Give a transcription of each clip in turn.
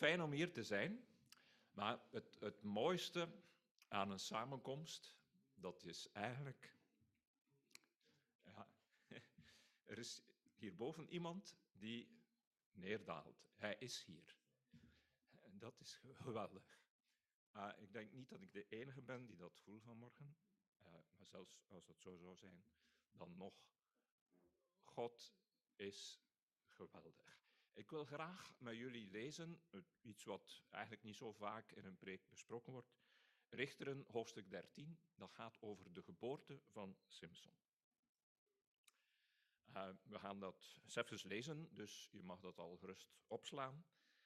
fijn om hier te zijn, maar het mooiste aan een samenkomst, dat is eigenlijk... Ja, er is hierboven iemand die neerdaalt. Hij is hier. En dat is geweldig. Ik denk niet dat ik de enige ben die dat voelt vanmorgen. Maar zelfs als dat zo zou zijn, dan nog. God is geweldig. Ik wil graag met jullie lezen, iets wat eigenlijk niet zo vaak in een preek besproken wordt. Richteren, hoofdstuk 13, dat gaat over de geboorte van Simson. We gaan dat zelfs lezen, dus je mag dat al gerust opslaan.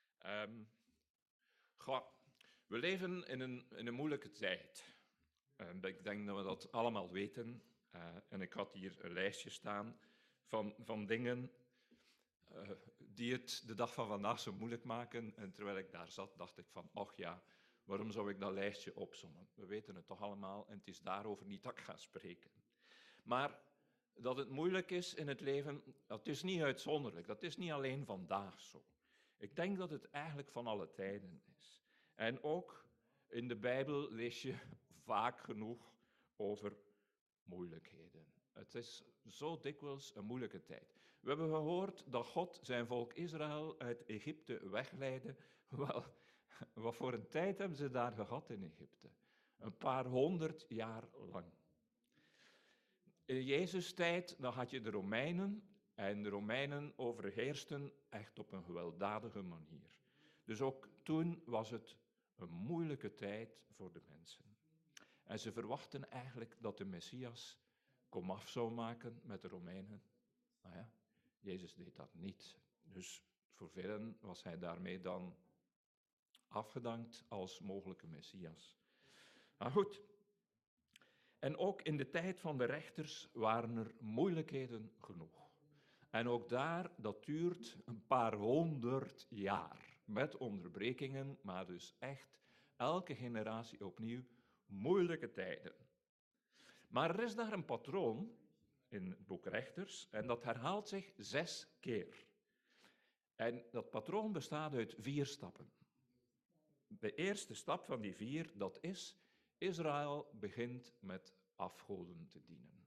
We leven in een moeilijke tijd. Ik denk dat we dat allemaal weten. En ik had hier een lijstje staan van dingen die het de dag van vandaag zo moeilijk maken. En terwijl ik daar zat, dacht ik van, ach ja, waarom zou ik dat lijstje opsommen? We weten het toch allemaal en het is daarover niet dat ik ga spreken. Maar dat het moeilijk is in het leven, dat is niet uitzonderlijk. Dat is niet alleen vandaag zo. Ik denk dat het eigenlijk van alle tijden is. En ook in de Bijbel lees je vaak genoeg over moeilijkheden. Het is zo dikwijls een moeilijke tijd. We hebben gehoord dat God zijn volk Israël uit Egypte wegleidde. Wel, wat voor een tijd hebben ze daar gehad in Egypte? Een paar 100 jaar lang. In Jezus' tijd dan had je de Romeinen en de Romeinen overheersten echt op een gewelddadige manier. Dus ook toen was het een moeilijke tijd voor de mensen. En ze verwachten eigenlijk dat de Messias komaf zou maken met de Romeinen. Maar ja, Jezus deed dat niet. Dus voor velen was hij daarmee dan afgedankt als mogelijke Messias. Maar goed. En ook in de tijd van de rechters waren er moeilijkheden genoeg. En ook daar, dat duurt een paar 100 jaar. Met onderbrekingen, maar dus echt elke generatie opnieuw moeilijke tijden. Maar er is daar een patroon in het boek Rechters en dat herhaalt zich 6 keer. En dat patroon bestaat uit 4 stappen. De eerste stap van die 4, dat is, Israël begint met afgoden te dienen.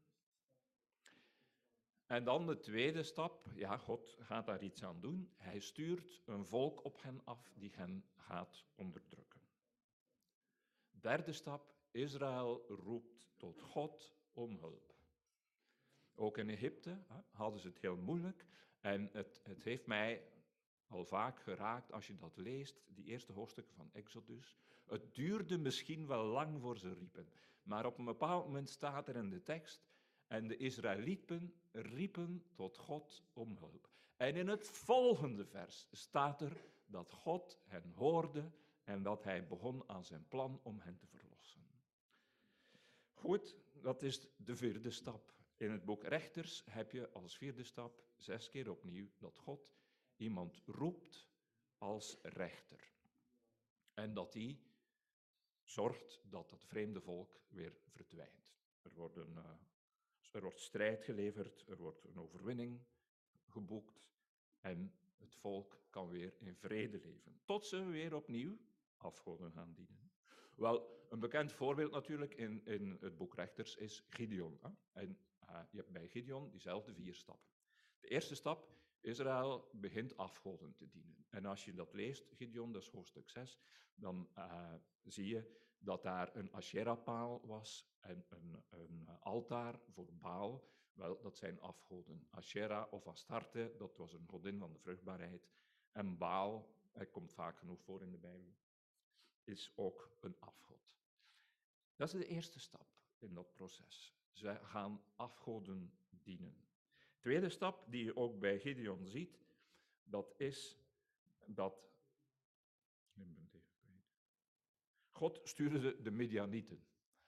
En dan de tweede stap, ja, God gaat daar iets aan doen. Hij stuurt een volk op hen af die hen gaat onderdrukken. Derde stap, Israël roept tot God om hulp. Ook in Egypte hadden ze het heel moeilijk en het heeft mij al vaak geraakt als je dat leest, die eerste hoofdstukken van Exodus. Het duurde misschien wel lang voor ze riepen, maar op een bepaald moment staat er in de tekst, en de Israëlieten riepen tot God om hulp. En in het volgende vers staat er dat God hen hoorde en dat hij begon aan zijn plan om hen te verlossen. Goed, dat is de 4e stap. In het boek Rechters heb je als 4e stap 6 keer opnieuw dat God iemand roept als rechter. En dat die zorgt dat dat vreemde volk weer verdwijnt. Er wordt strijd geleverd, er wordt een overwinning geboekt en het volk kan weer in vrede leven. Tot ze weer opnieuw afgoden gaan dienen. Wel, een bekend voorbeeld natuurlijk in het boek Rechters is Gideon. En je hebt bij Gideon diezelfde 4 stappen. De eerste stap, Israël begint afgoden te dienen. En als je dat leest, Gideon, dat is hoofdstuk 6, dan zie je dat daar een Asherah-paal was en een altaar voor Baal. Wel, dat zijn afgoden. Asherah of Astarte, dat was een godin van de vruchtbaarheid. En Baal, hij komt vaak genoeg voor in de Bijbel, is ook een afgod. Dat is de eerste stap in dat proces. Ze gaan afgoden dienen. De tweede stap, die je ook bij Gideon ziet, dat is dat God stuurde de Midianieten.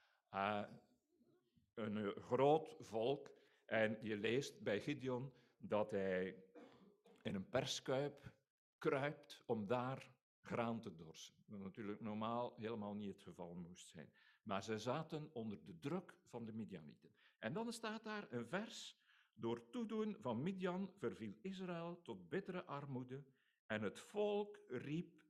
Een groot volk. En je leest bij Gideon dat hij in een perskuip kruipt om daar graan te dorsen. Wat natuurlijk normaal helemaal niet het geval moest zijn. Maar ze zaten onder de druk van de Midianieten. En dan staat daar een vers. Door toedoen van Midian verviel Israël tot bittere armoede en het volk riep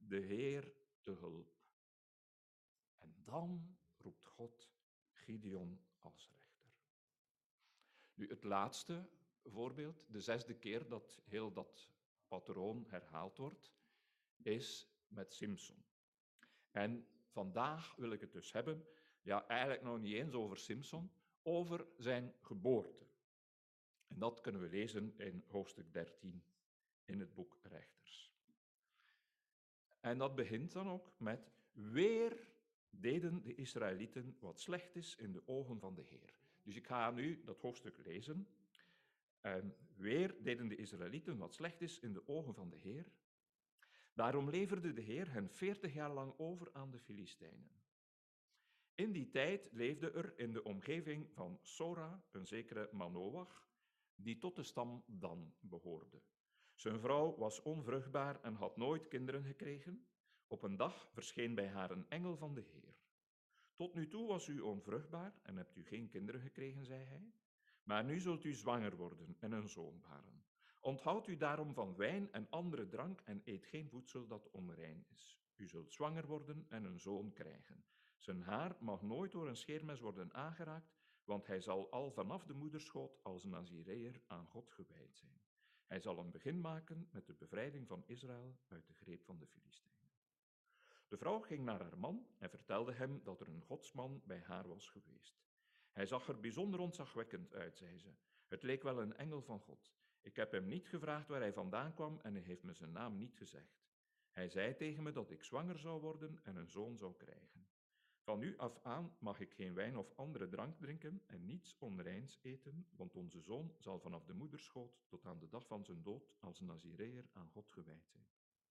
de Heer te hulp. En dan roept God Gideon als rechter. Nu, het laatste voorbeeld, de 6e keer dat heel dat patroon herhaald wordt, is met Simson. En vandaag wil ik het dus hebben, ja, eigenlijk nog niet eens over Simson, over zijn geboorte. En dat kunnen we lezen in hoofdstuk 13 in het boek Rechters. En dat begint dan ook met: weer deden de Israëlieten wat slecht is in de ogen van de Heer. Dus ik ga nu dat hoofdstuk lezen. Weer deden de Israëlieten wat slecht is in de ogen van de Heer. Daarom leverde de Heer hen 40 jaar lang over aan de Filistijnen. In die tijd leefde er in de omgeving van Sora een zekere Manoach, die tot de stam Dan behoorde. Zijn vrouw was onvruchtbaar en had nooit kinderen gekregen. Op een dag verscheen bij haar een engel van de Heer. Tot nu toe was u onvruchtbaar en hebt u geen kinderen gekregen, zei hij. Maar nu zult u zwanger worden en een zoon baren. Onthoud u daarom van wijn en andere drank en eet geen voedsel dat onrein is. U zult zwanger worden en een zoon krijgen. Zijn haar mag nooit door een scheermes worden aangeraakt, want hij zal al vanaf de moederschoot als Nazireër aan God gewijd zijn. Hij zal een begin maken met de bevrijding van Israël uit de greep van de Filistijnen. De vrouw ging naar haar man en vertelde hem dat er een godsman bij haar was geweest. Hij zag er bijzonder ontzagwekkend uit, zei ze. Het leek wel een engel van God. Ik heb hem niet gevraagd waar hij vandaan kwam en hij heeft me zijn naam niet gezegd. Hij zei tegen me dat ik zwanger zou worden en een zoon zou krijgen. Van nu af aan mag ik geen wijn of andere drank drinken en niets onreins eten, want onze zoon zal vanaf de moederschoot tot aan de dag van zijn dood als Nazireër aan God gewijd zijn.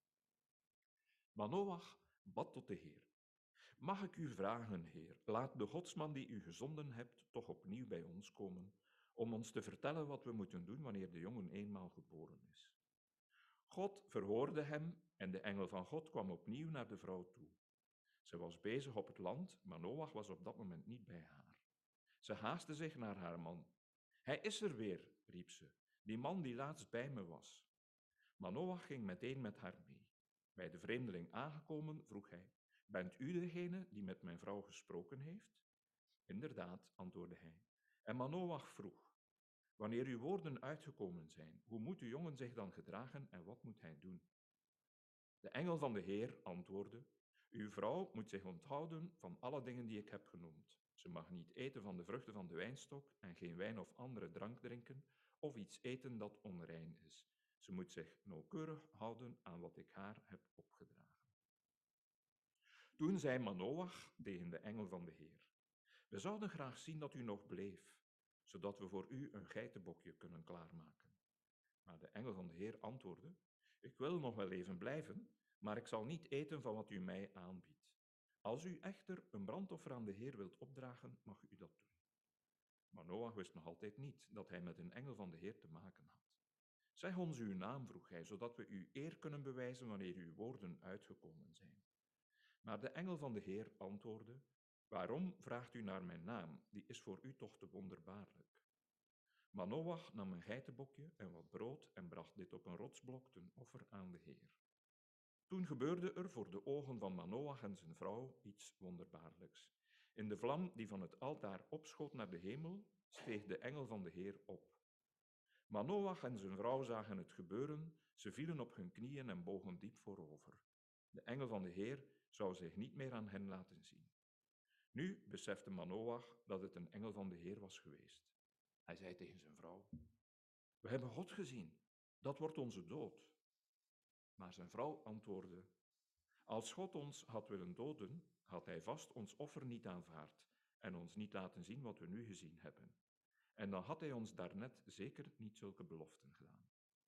Manoach bad tot de Heer. Mag ik u vragen, Heer, laat de godsman die u gezonden hebt toch opnieuw bij ons komen, om ons te vertellen wat we moeten doen wanneer de jongen eenmaal geboren is. God verhoorde hem en de engel van God kwam opnieuw naar de vrouw toe. Ze was bezig op het land, maar Noach was op dat moment niet bij haar. Ze haastte zich naar haar man. Hij is er weer, riep ze, die man die laatst bij me was. Maar Noach ging meteen met haar mee. Bij de vreemdeling aangekomen vroeg hij: bent u degene die met mijn vrouw gesproken heeft? Inderdaad, antwoordde hij. En Manoach vroeg: wanneer uw woorden uitgekomen zijn, hoe moet uw jongen zich dan gedragen en wat moet hij doen? De engel van de Heer antwoordde: uw vrouw moet zich onthouden van alle dingen die ik heb genoemd. Ze mag niet eten van de vruchten van de wijnstok en geen wijn of andere drank drinken of iets eten dat onrein is. Ze moet zich nauwkeurig houden aan wat ik haar heb opgedragen. Toen zei Manoach tegen de engel van de Heer: we zouden graag zien dat u nog bleef, zodat we voor u een geitenbokje kunnen klaarmaken. Maar de engel van de Heer antwoordde: ik wil nog wel even blijven, maar ik zal niet eten van wat u mij aanbiedt. Als u echter een brandoffer aan de Heer wilt opdragen, mag u dat doen. Maar Noach wist nog altijd niet dat hij met een engel van de Heer te maken had. Zeg ons uw naam, vroeg hij, zodat we u eer kunnen bewijzen wanneer uw woorden uitgekomen zijn. Maar de engel van de Heer antwoordde: waarom vraagt u naar mijn naam? Die is voor u toch te wonderbaarlijk. Maar Noach nam een geitenbokje en wat brood en bracht dit op een rotsblok ten offer aan de Heer. Toen gebeurde er voor de ogen van Manoach en zijn vrouw iets wonderbaarlijks. In de vlam die van het altaar opschoot naar de hemel, steeg de engel van de Heer op. Manoach en zijn vrouw zagen het gebeuren, ze vielen op hun knieën en bogen diep voorover. De engel van de Heer zou zich niet meer aan hen laten zien. Nu besefte Manoach dat het een engel van de Heer was geweest. Hij zei tegen zijn vrouw: we hebben God gezien, dat wordt onze dood. Maar zijn vrouw antwoordde: als God ons had willen doden, had hij vast ons offer niet aanvaard en ons niet laten zien wat we nu gezien hebben. En dan had hij ons daarnet zeker niet zulke beloften gedaan.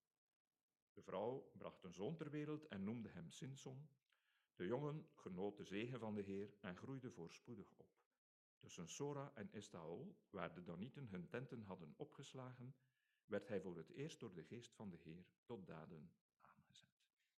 De vrouw bracht een zoon ter wereld en noemde hem Simson. De jongen genoot de zegen van de Heer en groeide voorspoedig op. Tussen Sora en Estaol, waar de Danieten hun tenten hadden opgeslagen, werd hij voor het eerst door de geest van de Heer tot daden aangezet.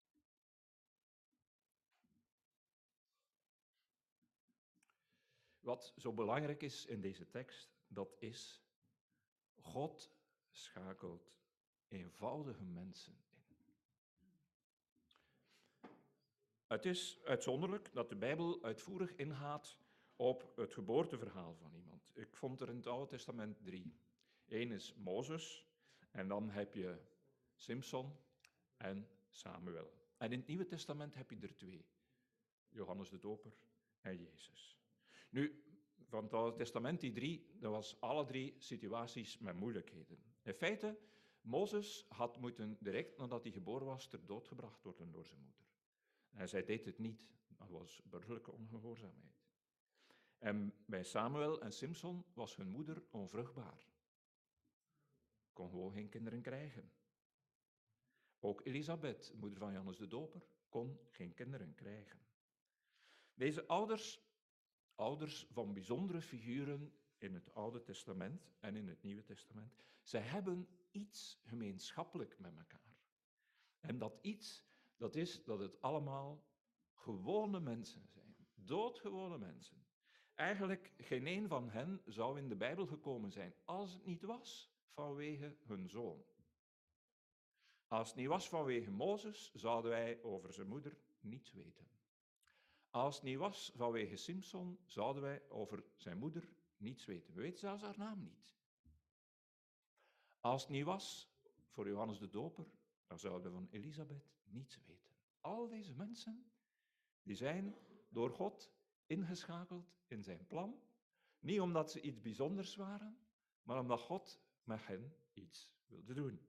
Wat zo belangrijk is in deze tekst, dat is: God schakelt eenvoudige mensen in. Het is uitzonderlijk dat de Bijbel uitvoerig ingaat op het geboorteverhaal van iemand. Ik vond er in het Oude Testament 3. Eén is Mozes en dan heb je Simson en Samuel. En in het Nieuwe Testament heb je er 2. Johannes de Doper en Jezus. Nu, van het Oude Testament, die 3, dat was alle 3 situaties met moeilijkheden. In feite, Mozes had moeten direct nadat hij geboren was ter dood gebracht worden door zijn moeder. En zij deed het niet. Dat was burgerlijke ongehoorzaamheid. En bij Samuel en Simson was hun moeder onvruchtbaar. Kon gewoon geen kinderen krijgen. Ook Elisabeth, moeder van Johannes de Doper, kon geen kinderen krijgen. Deze ouders van bijzondere figuren in het Oude Testament en in het Nieuwe Testament, zij hebben iets gemeenschappelijk met elkaar. En dat iets, dat is dat het allemaal gewone mensen zijn, doodgewone mensen. Eigenlijk geen een van hen zou in de Bijbel gekomen zijn als het niet was vanwege hun zoon. Als het niet was vanwege Mozes, zouden wij over zijn moeder niets weten. Als het niet was vanwege Simson, zouden wij over zijn moeder niets weten. We weten zelfs haar naam niet. Als het niet was voor Johannes de Doper, dan zouden we van Elisabeth niets weten. Al deze mensen, die zijn door God ingeschakeld in zijn plan. Niet omdat ze iets bijzonders waren, maar omdat God met hen iets wilde doen.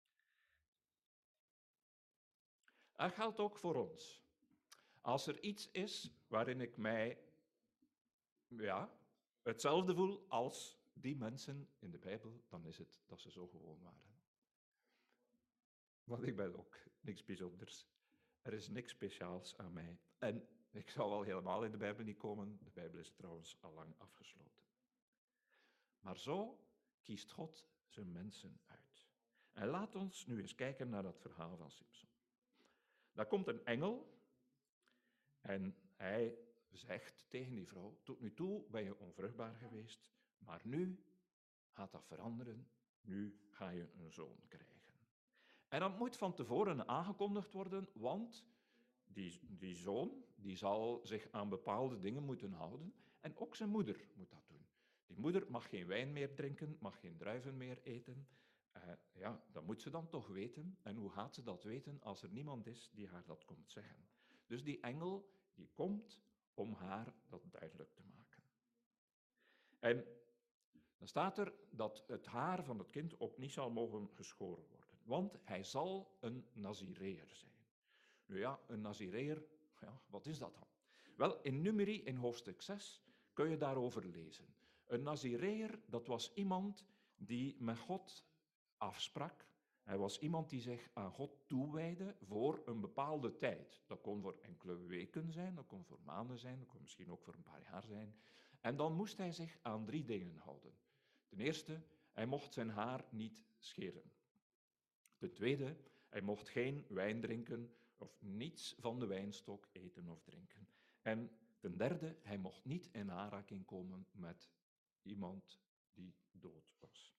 Dat geldt ook voor ons. Als er iets is waarin ik mij hetzelfde voel als die mensen in de Bijbel, dan is het dat ze zo gewoon waren. Want ik ben ook niks bijzonders. Er is niks speciaals aan mij. En ik zou wel helemaal in de Bijbel niet komen. De Bijbel is trouwens al lang afgesloten. Maar zo kiest God zijn mensen uit. En laat ons nu eens kijken naar dat verhaal van Simson. Daar komt een engel en hij zegt tegen die vrouw: tot nu toe ben je onvruchtbaar geweest, maar nu gaat dat veranderen. Nu ga je een zoon krijgen. En dat moet van tevoren aangekondigd worden, want die zoon die zal zich aan bepaalde dingen moeten houden. En ook zijn moeder moet dat doen. Die moeder mag geen wijn meer drinken, mag geen druiven meer eten. Dat moet ze dan toch weten. En hoe gaat ze dat weten als er niemand is die haar dat komt zeggen? Dus die engel die komt om haar dat duidelijk te maken. En dan staat er dat het haar van het kind ook niet zal mogen geschoren worden, want hij zal een Nazireër zijn. Nu ja, een Nazireër, wat is dat dan? Wel, in Numeri, in hoofdstuk 6, kun je daarover lezen. Een Nazireër, dat was iemand die met God afsprak. Hij was iemand die zich aan God toewijdde voor een bepaalde tijd. Dat kon voor enkele weken zijn, dat kon voor maanden zijn, dat kon misschien ook voor een paar jaar zijn. En dan moest hij zich aan 3 dingen houden. Ten eerste, hij mocht zijn haar niet scheren. Ten tweede, hij mocht geen wijn drinken of niets van de wijnstok eten of drinken. En ten derde, hij mocht niet in aanraking komen met iemand die dood was.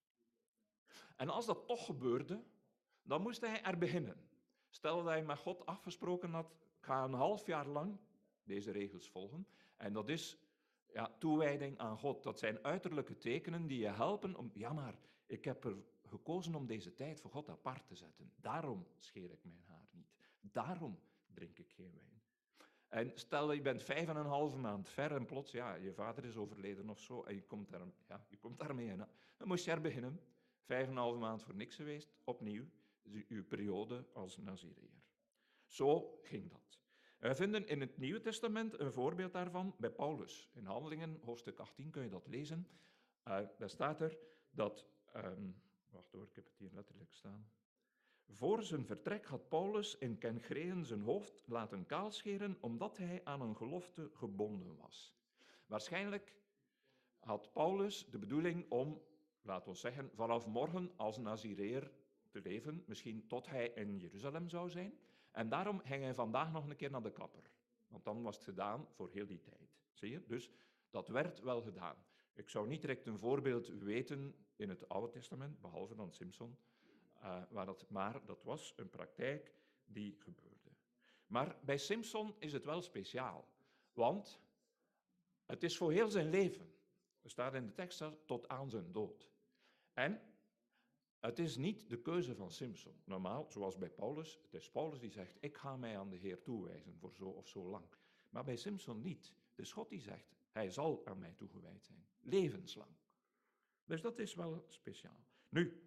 En als dat toch gebeurde, dan moest hij er beginnen. Stel dat hij met God afgesproken had: ik ga een half jaar lang deze regels volgen. En dat is toewijding aan God. Dat zijn uiterlijke tekenen die je helpen om... Ja, maar ik heb er gekozen om deze tijd voor God apart te zetten. Daarom scheer ik mijn haar niet. Daarom drink ik geen wijn. En stel je bent 5,5 maand ver en plots, je vader is overleden of zo, en je komt daarmee in. Dan moest je er beginnen. 5,5 maand voor niks geweest, opnieuw, uw periode als Nazireër. Zo ging dat. We vinden in het Nieuwe Testament een voorbeeld daarvan bij Paulus. In Handelingen, hoofdstuk 18, kun je dat lezen. Daar staat er dat... wacht hoor, ik heb het hier letterlijk staan. Voor zijn vertrek had Paulus in Kenchreen zijn hoofd laten kaalscheren omdat hij aan een gelofte gebonden was. Waarschijnlijk had Paulus de bedoeling om, laten we zeggen, vanaf morgen als Nazireër te leven, misschien tot hij in Jeruzalem zou zijn. En daarom ging hij vandaag nog een keer naar de kapper. Want dan was het gedaan voor heel die tijd. Zie je? Dus dat werd wel gedaan. Ik zou niet direct een voorbeeld weten in het Oude Testament, behalve dan Simson, maar dat was een praktijk die gebeurde. Maar bij Simson is het wel speciaal, want het is voor heel zijn leven. Er staat in de tekst tot aan zijn dood. En het is niet de keuze van Simson. Normaal, zoals bij Paulus, het is Paulus die zegt, ik ga mij aan de Heer toewijzen voor zo of zo lang. Maar bij Simson niet. Het is God die zegt, hij zal aan mij toegewijd zijn. Levenslang. Dus dat is wel speciaal. Nu,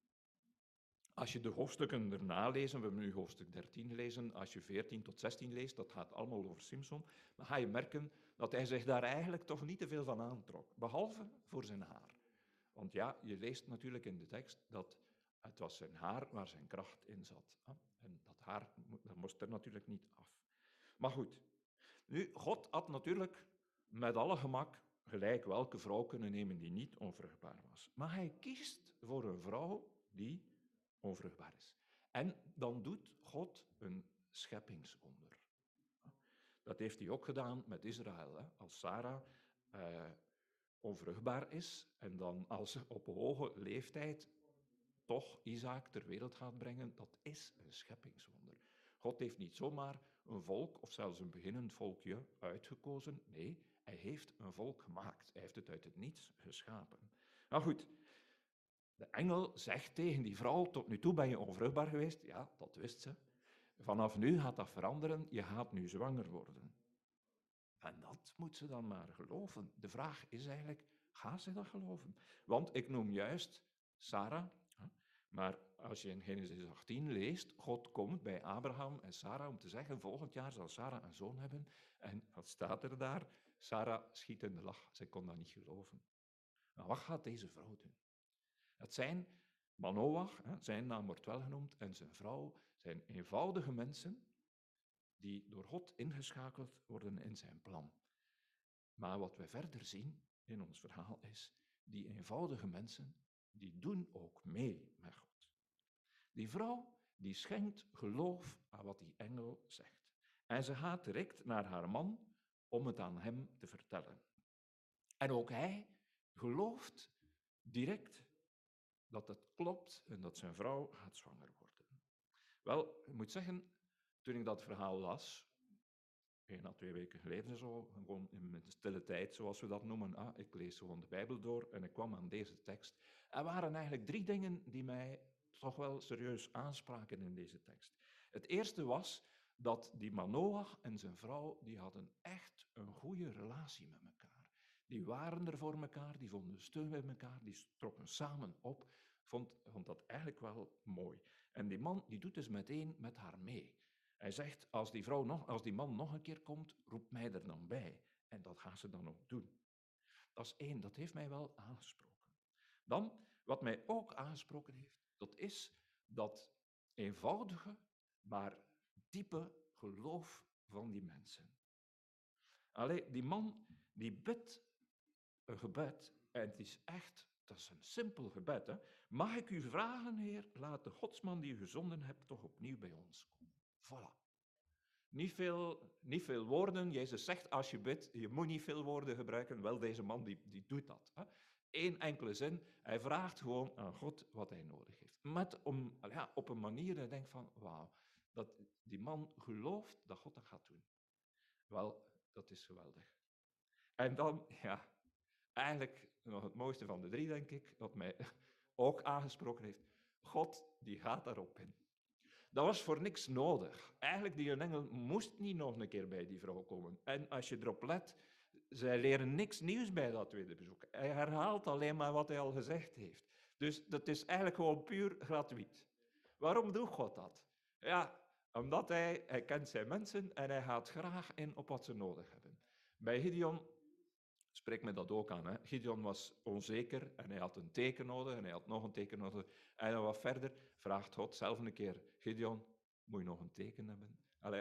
als je de hoofdstukken erna leest, we hebben nu hoofdstuk 13 gelezen, als je 14 tot 16 leest, dat gaat allemaal over Simson, dan ga je merken dat hij zich daar eigenlijk toch niet te veel van aantrok. Behalve voor zijn haar. Want ja, je leest natuurlijk in de tekst dat het was zijn haar waar zijn kracht in zat. En dat haar dat moest er natuurlijk niet af. Maar goed, nu, God had natuurlijk met alle gemak gelijk welke vrouw kunnen nemen die niet onvruchtbaar was. Maar hij kiest voor een vrouw die onvruchtbaar is. En dan doet God een scheppingswonder. Dat heeft hij ook gedaan met Israël. Als Sarah onvruchtbaar is en dan als ze op hoge leeftijd toch Isaac ter wereld gaat brengen, dat is een scheppingswonder. God heeft niet zomaar een volk, of zelfs een beginnend volkje, uitgekozen. Nee, hij heeft een volk gemaakt. Hij heeft het uit het niets geschapen. Nou goed, de engel zegt tegen die vrouw, tot nu toe ben je onvruchtbaar geweest. Ja, dat wist ze. Vanaf nu gaat dat veranderen, je gaat nu zwanger worden. En dat moet ze dan maar geloven. De vraag is eigenlijk, gaat ze dat geloven? Want ik noem juist Sarah, maar als je in Genesis 18 leest, God komt bij Abraham en Sarah om te zeggen, volgend jaar zal Sarah een zoon hebben. En wat staat er daar? Sarah schiet in de lach, zij kon dat niet geloven. Maar wat gaat deze vrouw doen? Het zijn Manoach, zijn naam wordt wel genoemd, en zijn vrouw zijn eenvoudige mensen die door God ingeschakeld worden in zijn plan. Maar wat we verder zien in ons verhaal is, die eenvoudige mensen, die doen ook mee met God. Die vrouw, die schenkt geloof aan wat die engel zegt. En ze gaat direct naar haar man om het aan hem te vertellen. En ook hij gelooft direct dat het klopt en dat zijn vrouw gaat zwanger worden. Wel, ik moet zeggen, toen ik dat verhaal las, 1 à 2 weken geleden zo, gewoon in mijn stille tijd, zoals we dat noemen. Ik lees gewoon de Bijbel door en ik kwam aan deze tekst. Er waren eigenlijk 3 dingen die mij toch wel serieus aanspraken in deze tekst. Het eerste was dat die Manoach en zijn vrouw, die hadden echt een goede relatie met elkaar. Die waren er voor elkaar, die vonden steun bij elkaar, die trokken samen op. Vond dat eigenlijk wel mooi. En die man die doet dus meteen met haar mee. Hij zegt, als die man nog een keer komt, roep mij er dan bij. En dat gaat ze dan ook doen. Dat is 1, dat heeft mij wel aangesproken. Dan, wat mij ook aangesproken heeft, dat is dat eenvoudige, maar diepe geloof van die mensen. Allee, die man, die bidt een gebed, en het is echt, dat is een simpel gebed. Hè? Mag ik u vragen, Heer, laat de godsman die u gezonden hebt toch opnieuw bij ons komen. Voilà. Niet veel woorden. Jezus zegt, als je bidt, je moet niet veel woorden gebruiken. Wel, deze man die doet dat. Hè. 1 enkele zin. Hij vraagt gewoon aan God wat hij nodig heeft. Op een manier dat je denkt van, wauw, dat die man gelooft dat God dat gaat doen. Wel, dat is geweldig. En dan, ja, eigenlijk nog het mooiste van de 3, denk ik, dat mij ook aangesproken heeft. God, die gaat daarop in. Dat was voor niks nodig. Eigenlijk, die engel moest niet nog een keer bij die vrouw komen. En als je erop let, zij leren niks nieuws bij dat tweede bezoek. Hij herhaalt alleen maar wat hij al gezegd heeft. Dus dat is eigenlijk gewoon puur gratuit. Waarom doet God dat? Ja, omdat hij kent zijn mensen en hij gaat graag in op wat ze nodig hebben. Bij Gideon spreekt me dat ook aan. Hè? Gideon was onzeker en hij had een teken nodig en hij had nog een teken nodig. En dan wat verder vraagt God zelf een keer, Gideon, moet je nog een teken hebben? Allee,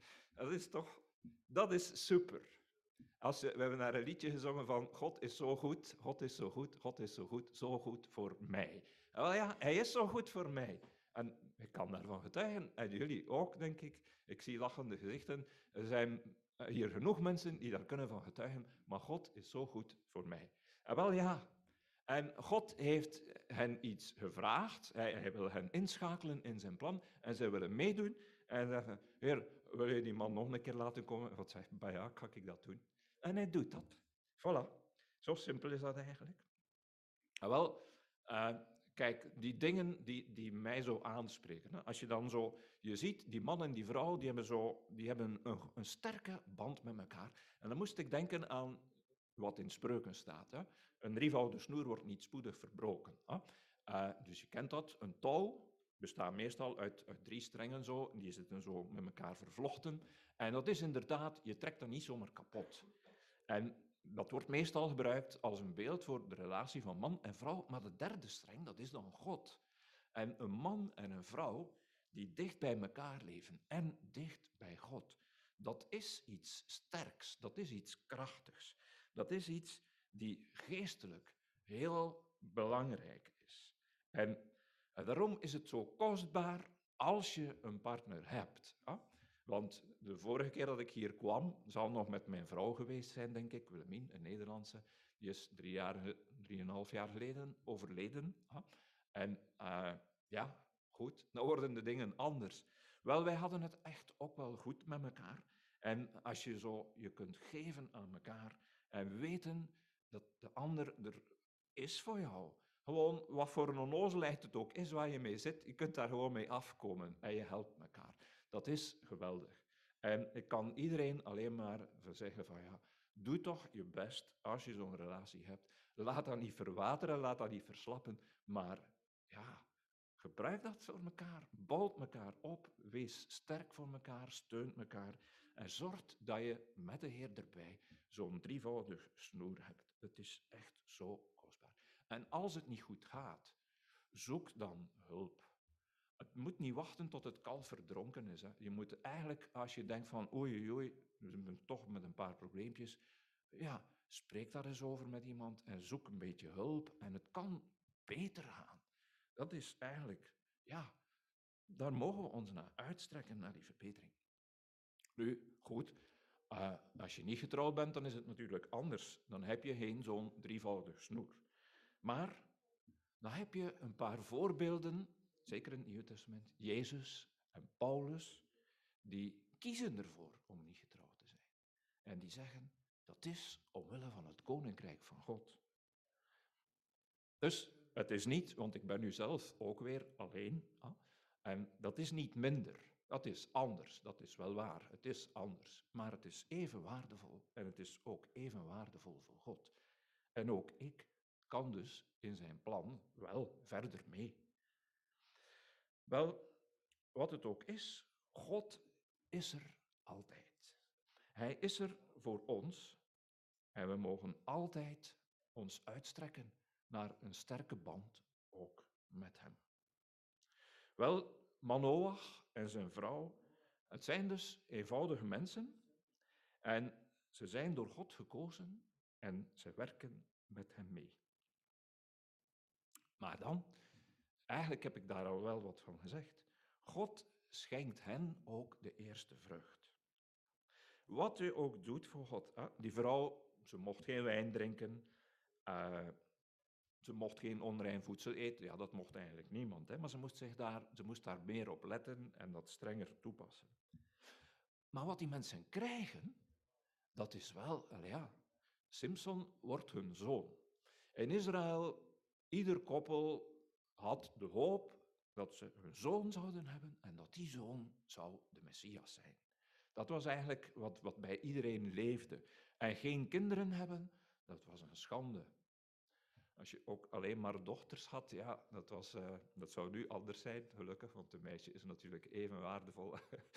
dat is super. We hebben naar een liedje gezongen van God is zo goed, God is zo goed, God is zo goed voor mij. En wel ja, hij is zo goed voor mij. En ik kan daarvan getuigen, en jullie ook, denk ik. Ik zie lachende gezichten. Er zijn hier genoeg mensen die daar kunnen van getuigen, maar God is zo goed voor mij. En wel ja, en God heeft hen iets gevraagd, hij wil hen inschakelen in zijn plan, en zij willen meedoen, en zeggen, Heer, wil je die man nog een keer laten komen? God zegt, bah ja, ga ik dat doen? En hij doet dat. Voilà. Zo simpel is dat eigenlijk. En wel, kijk, die dingen die mij zo aanspreken. Hè. Als je dan zo, je ziet, die man en die vrouw, die hebben een sterke band met elkaar. En dan moest ik denken aan wat in Spreuken staat. Hè. Een drievoudige snoer wordt niet spoedig verbroken. Hè. Dus je kent dat, een touw bestaat meestal uit 3 strengen zo, die zitten zo met elkaar vervlochten. En dat is inderdaad, je trekt dat niet zomaar kapot. En dat wordt meestal gebruikt als een beeld voor de relatie van man en vrouw, maar de derde streng, dat is dan God. En een man en een vrouw die dicht bij elkaar leven en dicht bij God, dat is iets sterks, dat is iets krachtigs. Dat is iets die geestelijk heel belangrijk is. En daarom is het zo kostbaar als je een partner hebt. Hè? Want de vorige keer dat ik hier kwam, zal nog met mijn vrouw geweest zijn, denk ik, Willemien, een Nederlandse. Die is 3,5 jaar geleden overleden. Hè? En ja, goed, dan worden de dingen anders. Wel, wij hadden het echt ook wel goed met elkaar. En als je zo je kunt geven aan elkaar en weten dat de ander er is voor jou. Gewoon wat voor een onnozelheid het ook is waar je mee zit, je kunt daar gewoon mee afkomen en je helpt elkaar. Dat is geweldig. En ik kan iedereen alleen maar zeggen van ja, doe toch je best als je zo'n relatie hebt. Laat dat niet verwateren, laat dat niet verslappen, maar ja, gebruik dat voor elkaar, bouwt elkaar op, wees sterk voor elkaar, steunt elkaar en zorg dat je met de Heer erbij zo'n drievoudig snoer hebt. Het is echt zo kostbaar. En als het niet goed gaat, zoek dan hulp. Het moet niet wachten tot het kalf verdronken is. Hè. Je moet eigenlijk, als je denkt van oei, oei, we zijn toch met een paar probleempjes, ja, spreek daar eens over met iemand en zoek een beetje hulp en het kan beter gaan. Dat is eigenlijk, ja, daar mogen we ons naar uitstrekken, naar die verbetering. Nu, goed, als je niet getrouwd bent, dan is het natuurlijk anders. Dan heb je geen zo'n drievoudig snoer. Maar dan heb je een paar voorbeelden, zeker in het Nieuwe Testament, Jezus en Paulus, die kiezen ervoor om niet getrouwd te zijn. En die zeggen, dat is omwille van het koninkrijk van God. Dus het is niet, want ik ben nu zelf ook weer alleen, en dat is niet minder. Dat is anders, dat is wel waar. Het is anders, maar het is even waardevol en het is ook even waardevol voor God. En ook ik kan dus in zijn plan wel verder mee. Wel, wat het ook is, God is er altijd. Hij is er voor ons en we mogen altijd ons uitstrekken naar een sterke band ook met hem. Wel, Manoach en zijn vrouw, het zijn dus eenvoudige mensen en ze zijn door God gekozen en ze werken met hem mee. Maar dan, eigenlijk heb ik daar al wel wat van gezegd, God schenkt hen ook de eerste vrucht. Wat u ook doet voor God, die vrouw, ze mocht geen wijn drinken, ze mocht geen onrein voedsel eten, ja, dat mocht eigenlijk niemand, hè, maar ze moest daar meer op letten en dat strenger toepassen. Maar wat die mensen krijgen, dat is wel, ja, Simson wordt hun zoon. In Israël, ieder koppel had de hoop dat ze een zoon zouden hebben en dat die zoon zou de Messias zijn. Dat was eigenlijk wat bij iedereen leefde. En geen kinderen hebben, dat was een schande. Als je ook alleen maar dochters had, ja, dat zou nu anders zijn, gelukkig, want een meisje is natuurlijk even waardevol.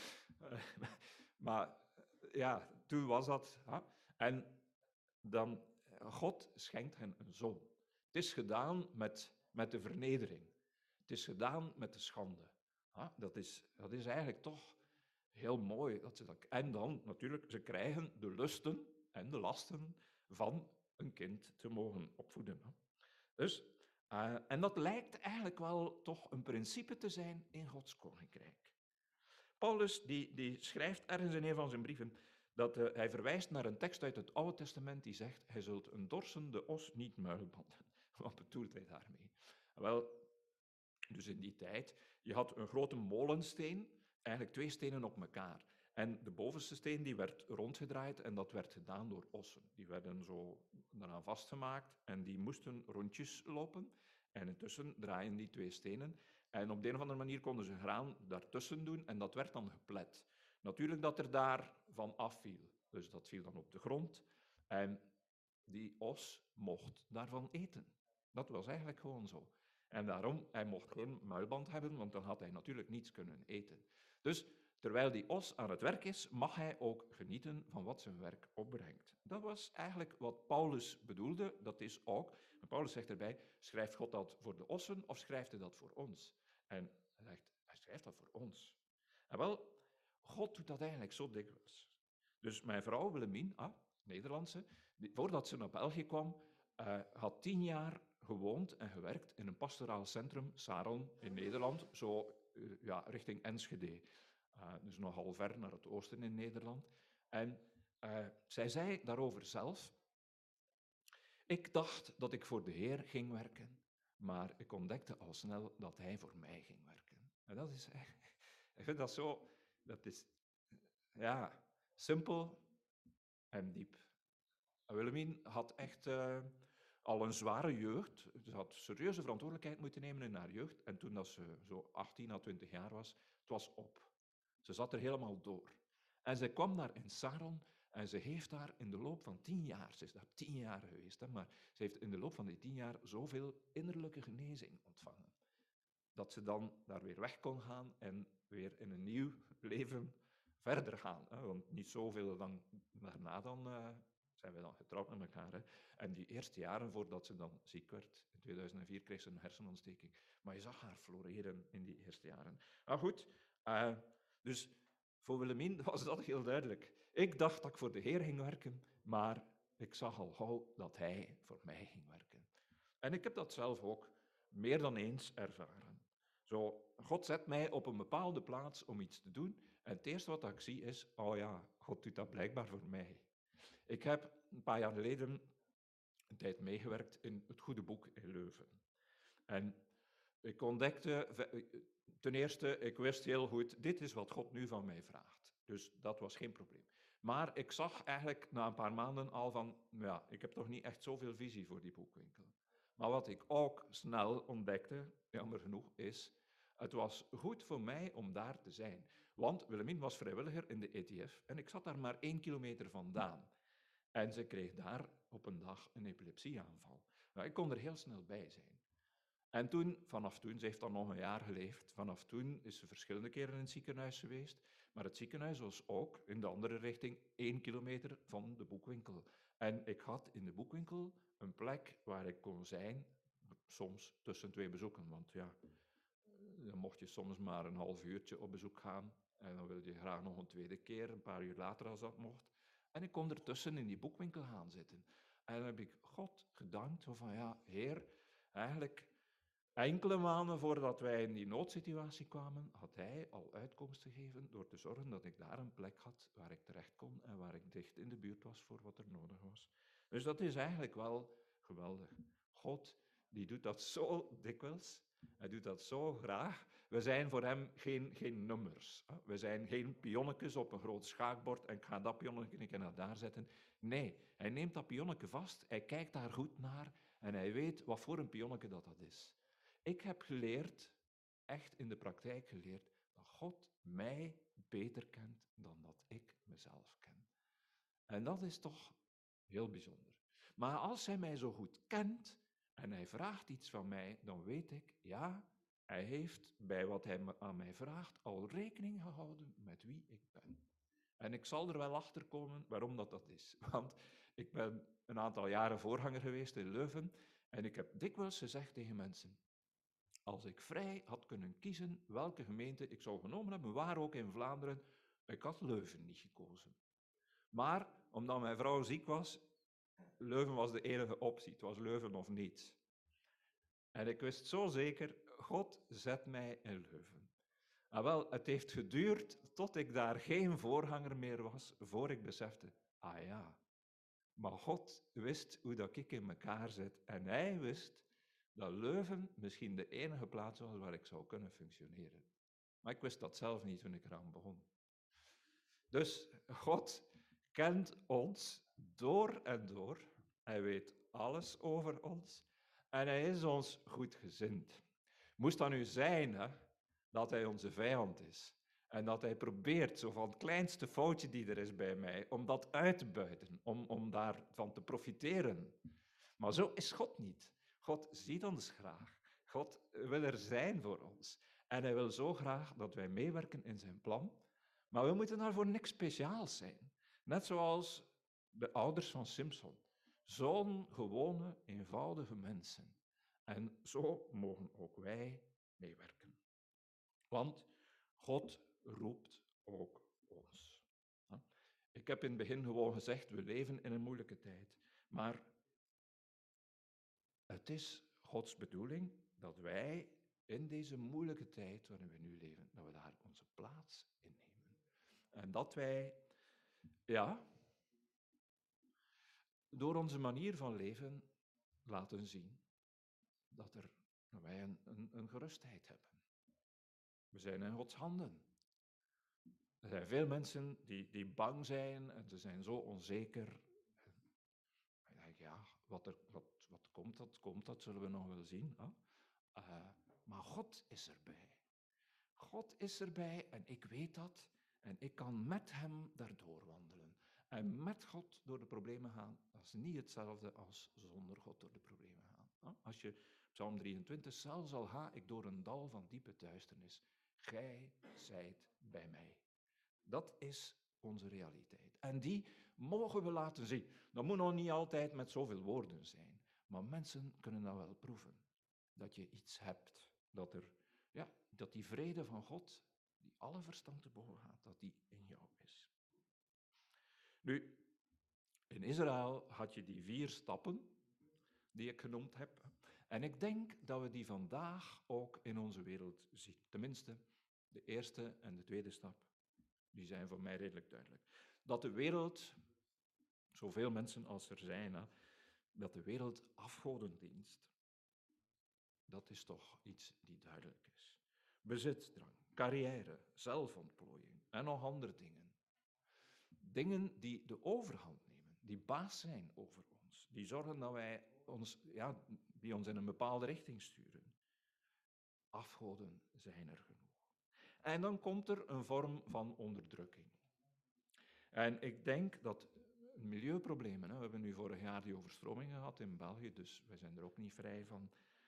Maar ja, toen was dat. En dan, God schenkt hen een zoon. Het is gedaan met de vernedering. Het is gedaan met de schande. Dat is eigenlijk toch heel mooi. En dan natuurlijk, ze krijgen de lusten en de lasten van een kind te mogen opvoeden. Dus, en dat lijkt eigenlijk wel toch een principe te zijn in Gods koninkrijk. Paulus die schrijft ergens in een van zijn brieven dat hij verwijst naar een tekst uit het Oude Testament die zegt, hij zult een dorsende os niet muilbanden. Wat bedoelt hij daarmee? Wel, dus in die tijd, je had een grote molensteen, eigenlijk 2 stenen op elkaar. En de bovenste steen die werd rondgedraaid en dat werd gedaan door ossen. Die werden zo daaraan vastgemaakt en die moesten rondjes lopen. En intussen draaien die twee stenen. En op de een of andere manier konden ze graan daartussen doen en dat werd dan geplet. Natuurlijk dat er daarvan afviel. Dus dat viel dan op de grond. En die os mocht daarvan eten. Dat was eigenlijk gewoon zo. En daarom, hij mocht geen muilband hebben, want dan had hij natuurlijk niets kunnen eten. Dus terwijl die os aan het werk is, mag hij ook genieten van wat zijn werk opbrengt. Dat was eigenlijk wat Paulus bedoelde, dat is ook. En Paulus zegt erbij, schrijft God dat voor de ossen of schrijft hij dat voor ons? En hij zegt, hij schrijft dat voor ons. En wel, God doet dat eigenlijk zo dikwijls. Dus mijn vrouw Willemien, Nederlandse, voordat ze naar België kwam, had 10 jaar gewoond en gewerkt in een pastoraal centrum, Saron, in Nederland, zo ja, richting Enschede. Dus nogal ver naar het oosten in Nederland. En zij zei daarover zelf, ik dacht dat ik voor de Heer ging werken, maar ik ontdekte al snel dat Hij voor mij ging werken. En dat is echt, ik vind dat zo, dat is ja, simpel en diep. Willemien had echt al een zware jeugd. Ze had serieuze verantwoordelijkheid moeten nemen in haar jeugd. En toen dat ze zo 18 à 20 jaar was, het was op. Ze zat er helemaal door. En ze kwam daar in Saron en ze heeft daar in de loop van 10 jaar, ze is daar 10 jaar geweest, hè, maar ze heeft in de loop van die 10 jaar zoveel innerlijke genezing ontvangen. Dat ze dan daar weer weg kon gaan en weer in een nieuw leven verder gaan. Hè. Want niet zoveel lang daarna dan zijn we dan getrouwd met elkaar. Hè. En die eerste jaren voordat ze dan ziek werd, in 2004 kreeg ze een hersenontsteking. Maar je zag haar floreren in die eerste jaren. Maar goed, dus voor Willemien was dat heel duidelijk. Ik dacht dat ik voor de Heer ging werken, maar ik zag al gauw dat Hij voor mij ging werken. En ik heb dat zelf ook meer dan eens ervaren. Zo, God zet mij op een bepaalde plaats om iets te doen. En het eerste wat ik zie is, oh ja, God doet dat blijkbaar voor mij. Ik heb een paar jaar geleden een tijd meegewerkt in het Goede Boek in Leuven. En ik ontdekte, ten eerste, ik wist heel goed, dit is wat God nu van mij vraagt. Dus dat was geen probleem. Maar ik zag eigenlijk na een paar maanden al van, ja, ik heb toch niet echt zoveel visie voor die boekwinkel. Maar wat ik ook snel ontdekte, jammer genoeg, is, het was goed voor mij om daar te zijn. Want Willemien was vrijwilliger in de ETF en ik zat daar maar 1 kilometer vandaan. En ze kreeg daar op een dag een epilepsieaanval. Nou, ik kon er heel snel bij zijn. En toen, vanaf toen, ze heeft dan nog een jaar geleefd, vanaf toen is ze verschillende keren in het ziekenhuis geweest. Maar het ziekenhuis was ook in de andere richting 1 kilometer van de boekwinkel. En ik had in de boekwinkel een plek waar ik kon zijn, soms tussen 2 bezoeken. Want ja, dan mocht je soms maar een half uurtje op bezoek gaan. En dan wilde je graag nog een tweede keer, een paar uur later als dat mocht. En ik kon ertussen in die boekwinkel gaan zitten. En dan heb ik God gedankt, zo van ja, Heer, eigenlijk enkele maanden voordat wij in die noodsituatie kwamen, had hij al uitkomst gegeven door te zorgen dat ik daar een plek had waar ik terecht kon en waar ik dicht in de buurt was voor wat er nodig was. Dus dat is eigenlijk wel geweldig. God, die doet dat zo dikwijls. Hij doet dat zo graag. We zijn voor hem geen nummers. We zijn geen pionnetjes op een groot schaakbord en ik ga dat pionnetje naar daar zetten. Nee, hij neemt dat pionnetje vast, hij kijkt daar goed naar en hij weet wat voor een pionnetje dat is. Ik heb geleerd, echt in de praktijk geleerd, dat God mij beter kent dan dat ik mezelf ken. En dat is toch heel bijzonder. Maar als hij mij zo goed kent en hij vraagt iets van mij, dan weet ik, ja, hij heeft bij wat hij aan mij vraagt al rekening gehouden met wie ik ben. En ik zal er wel achter komen waarom dat is. Want ik ben een aantal jaren voorganger geweest in Leuven en ik heb dikwijls gezegd tegen mensen, als ik vrij had kunnen kiezen welke gemeente ik zou genomen hebben, waar ook in Vlaanderen, ik had Leuven niet gekozen. Maar omdat mijn vrouw ziek was, Leuven was de enige optie. Het was Leuven of niets. En ik wist zo zeker, God zet mij in Leuven. En wel, het heeft geduurd tot ik daar geen voorganger meer was, voor ik besefte, ah ja, maar God wist hoe dat ik in elkaar zit. En hij wist dat Leuven misschien de enige plaats was waar ik zou kunnen functioneren. Maar ik wist dat zelf niet toen ik eraan begon. Dus God kent ons door en door. Hij weet alles over ons en hij is ons goedgezind. Moest dat nu zijn dat hij onze vijand is en dat hij probeert, zo van het kleinste foutje die er is bij mij, om dat uit te buiten, om daarvan te profiteren. Maar zo is God niet. God ziet ons graag. God wil er zijn voor ons. En hij wil zo graag dat wij meewerken in zijn plan. Maar we moeten daarvoor niks speciaals zijn. Net zoals de ouders van Simpson. Zo'n gewone, eenvoudige mensen. En zo mogen ook wij meewerken. Want God roept ook ons. Ik heb in het begin gewoon gezegd, we leven in een moeilijke tijd. Maar het is Gods bedoeling dat wij in deze moeilijke tijd waarin we nu leven, dat we daar onze plaats innemen. En dat wij, ja, door onze manier van leven laten zien dat wij een gerustheid hebben. We zijn in Gods handen. Er zijn veel mensen die bang zijn en ze zijn zo onzeker. En denk, ja, wat komt, dat zullen we nog wel zien. Hè? Maar God is erbij. God is erbij en ik weet dat. En ik kan met hem daardoor wandelen. En met God door de problemen gaan, dat is niet hetzelfde als zonder God door de problemen gaan. Als je Psalm 23, zelfs al ga ik door een dal van diepe duisternis, gij zijt bij mij. Dat is onze realiteit. En die mogen we laten zien. Dat moet nog niet altijd met zoveel woorden zijn. Maar mensen kunnen dat wel proeven. Dat je iets hebt. Dat die vrede van God, die alle verstand te boven gaat, dat die in jou is. Nu, in Israël had je die 4 stappen die ik genoemd heb. En ik denk dat we die vandaag ook in onze wereld zien. Tenminste, de eerste en de tweede stap, die zijn voor mij redelijk duidelijk. Dat de wereld, zoveel mensen als er zijn, dat de wereld afgodendienst, dat is toch iets die duidelijk is. Bezitsdrang, carrière, zelfontplooiing en nog andere dingen. Dingen die de overhand nemen, die baas zijn over ons, die zorgen dat wij die ons in een bepaalde richting sturen. Afgoden zijn er genoeg. En dan komt er een vorm van onderdrukking. En ik denk dat milieuproblemen, we hebben nu vorig jaar die overstromingen gehad in België, dus wij zijn er ook niet vrij van.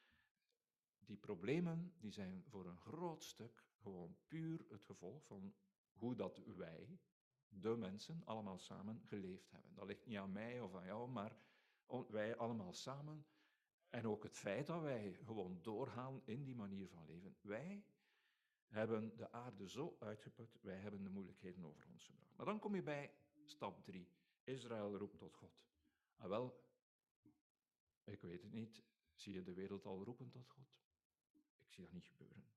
Die problemen die zijn voor een groot stuk gewoon puur het gevolg van hoe dat wij, de mensen, allemaal samen geleefd hebben. Dat ligt niet aan mij of aan jou, maar wij allemaal samen. En ook het feit dat wij gewoon doorgaan in die manier van leven. Wij hebben de aarde zo uitgeput, wij hebben de moeilijkheden over ons gebracht. Maar dan kom je bij stap 3. Israël roept tot God. Ah, wel, ik weet het niet. Zie je de wereld al roepen tot God? Ik zie dat niet gebeuren.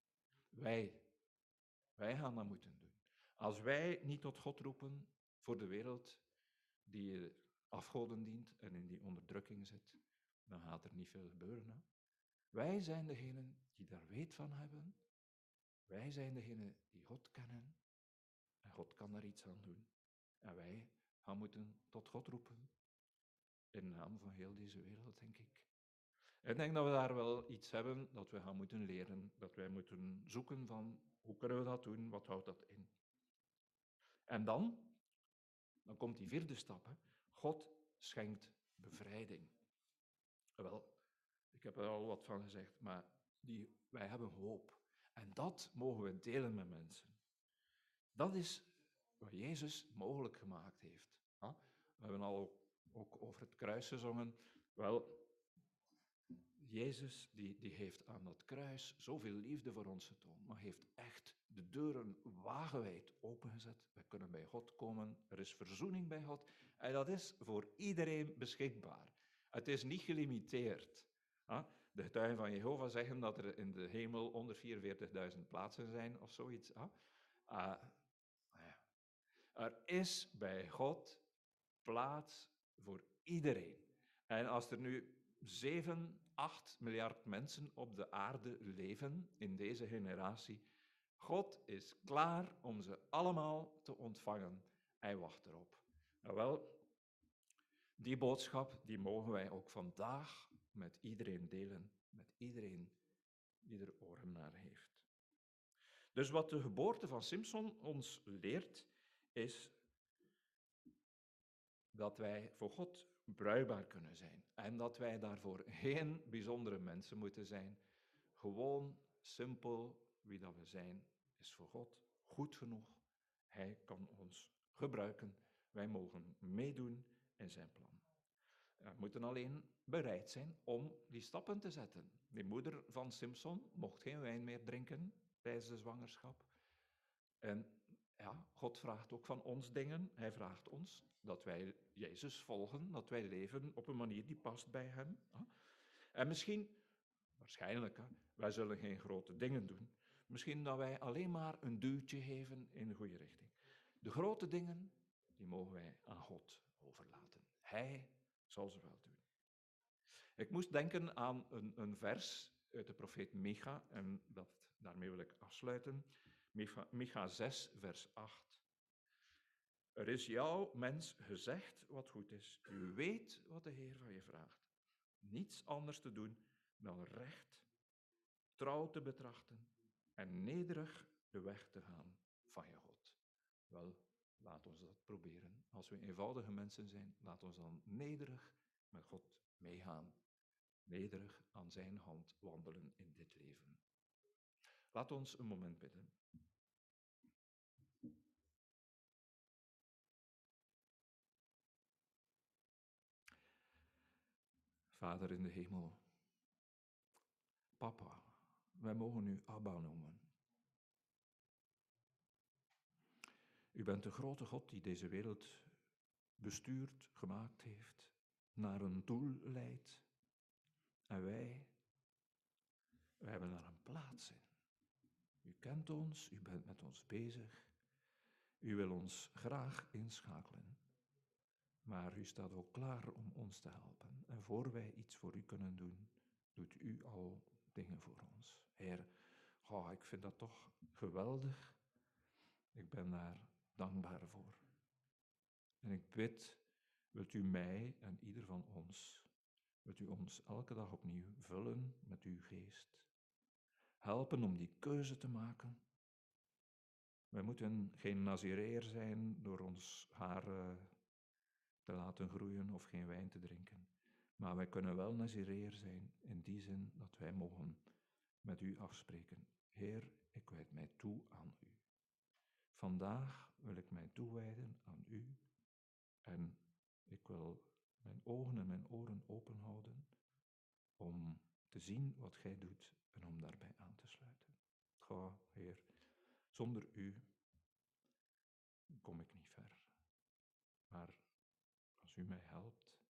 Wij gaan dat moeten doen. Als wij niet tot God roepen voor de wereld die afgoden dient en in die onderdrukking zit, dan gaat er niet veel gebeuren. Hè? Wij zijn degenen die daar weet van hebben. Wij zijn degenen die God kennen. En God kan daar iets aan doen. En wij gaan moeten tot God roepen. In naam van heel deze wereld, denk ik. Ik denk dat we daar wel iets hebben dat we gaan moeten leren. Dat wij moeten zoeken van, hoe kunnen we dat doen? Wat houdt dat in? En dan komt die 4e stap. Hè. God schenkt bevrijding. Wel, ik heb er al wat van gezegd, maar wij hebben hoop. En dat mogen we delen met mensen. Dat is wat Jezus mogelijk gemaakt heeft. We hebben al ook over het kruis gezongen. Wel, Jezus die heeft aan dat kruis zoveel liefde voor ons getoond, maar heeft echt de deuren wagenwijd opengezet. We kunnen bij God komen, er is verzoening bij God en dat is voor iedereen beschikbaar. Het is niet gelimiteerd. De getuigen van Jehovah zeggen dat er in de hemel 144.000 plaatsen zijn of zoiets. Er is bij God plaats voor iedereen. En als er nu 7, 8 miljard mensen op de aarde leven in deze generatie, God is klaar om ze allemaal te ontvangen. Hij wacht erop. Nou wel, die boodschap die mogen wij ook vandaag met iedereen delen, met iedereen die er oren naar heeft. Dus wat de geboorte van Simson ons leert, is dat wij voor God bruikbaar kunnen zijn. En dat wij daarvoor geen bijzondere mensen moeten zijn. Gewoon, simpel, wie dat we zijn, is voor God goed genoeg. Hij kan ons gebruiken. Wij mogen meedoen in zijn plan. We moeten alleen bereid zijn om die stappen te zetten. Die moeder van Simson mocht geen wijn meer drinken tijdens de zwangerschap. En ja, God vraagt ook van ons dingen. Hij vraagt ons dat wij Jezus volgen, dat wij leven op een manier die past bij hem. En misschien, waarschijnlijk, wij zullen geen grote dingen doen. Misschien dat wij alleen maar een duwtje geven in de goede richting. De grote dingen, die mogen wij aan God overlaten. Hij zal ze wel doen. Ik moest denken aan een vers uit de profeet Micha, en daarmee wil ik afsluiten. Micha 6, vers 8. Er is jou, mens, gezegd wat goed is. U weet wat de Heer van je vraagt. Niets anders te doen dan recht, trouw te betrachten en nederig de weg te gaan van je God. Wel, laat ons dat proberen. Als we eenvoudige mensen zijn, laat ons dan nederig met God meegaan. Nederig aan zijn hand wandelen in dit leven. Laat ons een moment bidden. Vader in de hemel, Papa, wij mogen u Abba noemen. U bent de grote God die deze wereld bestuurd, gemaakt heeft, naar een doel leidt. En wij hebben daar een plaats in. U kent ons, u bent met ons bezig. U wil ons graag inschakelen. Maar u staat ook klaar om ons te helpen. En voor wij iets voor u kunnen doen, doet u al dingen voor ons. Heer, ik vind dat toch geweldig. Ik ben daar dankbaar voor. En ik bid, wilt u mij en ieder van ons, wilt u ons elke dag opnieuw vullen met uw geest. Helpen om die keuze te maken. Wij moeten geen Nazireër zijn door ons haar te laten groeien of geen wijn te drinken. Maar wij kunnen wel Nazireër zijn in die zin dat wij mogen met u afspreken. Heer, ik wijd mij toe aan u. Vandaag wil ik mij toewijden aan u en ik wil mijn ogen en mijn oren open houden om te zien wat gij doet en om daarbij aan te sluiten. Ga, Heer, zonder u kom ik niet ver. Maar als u mij helpt,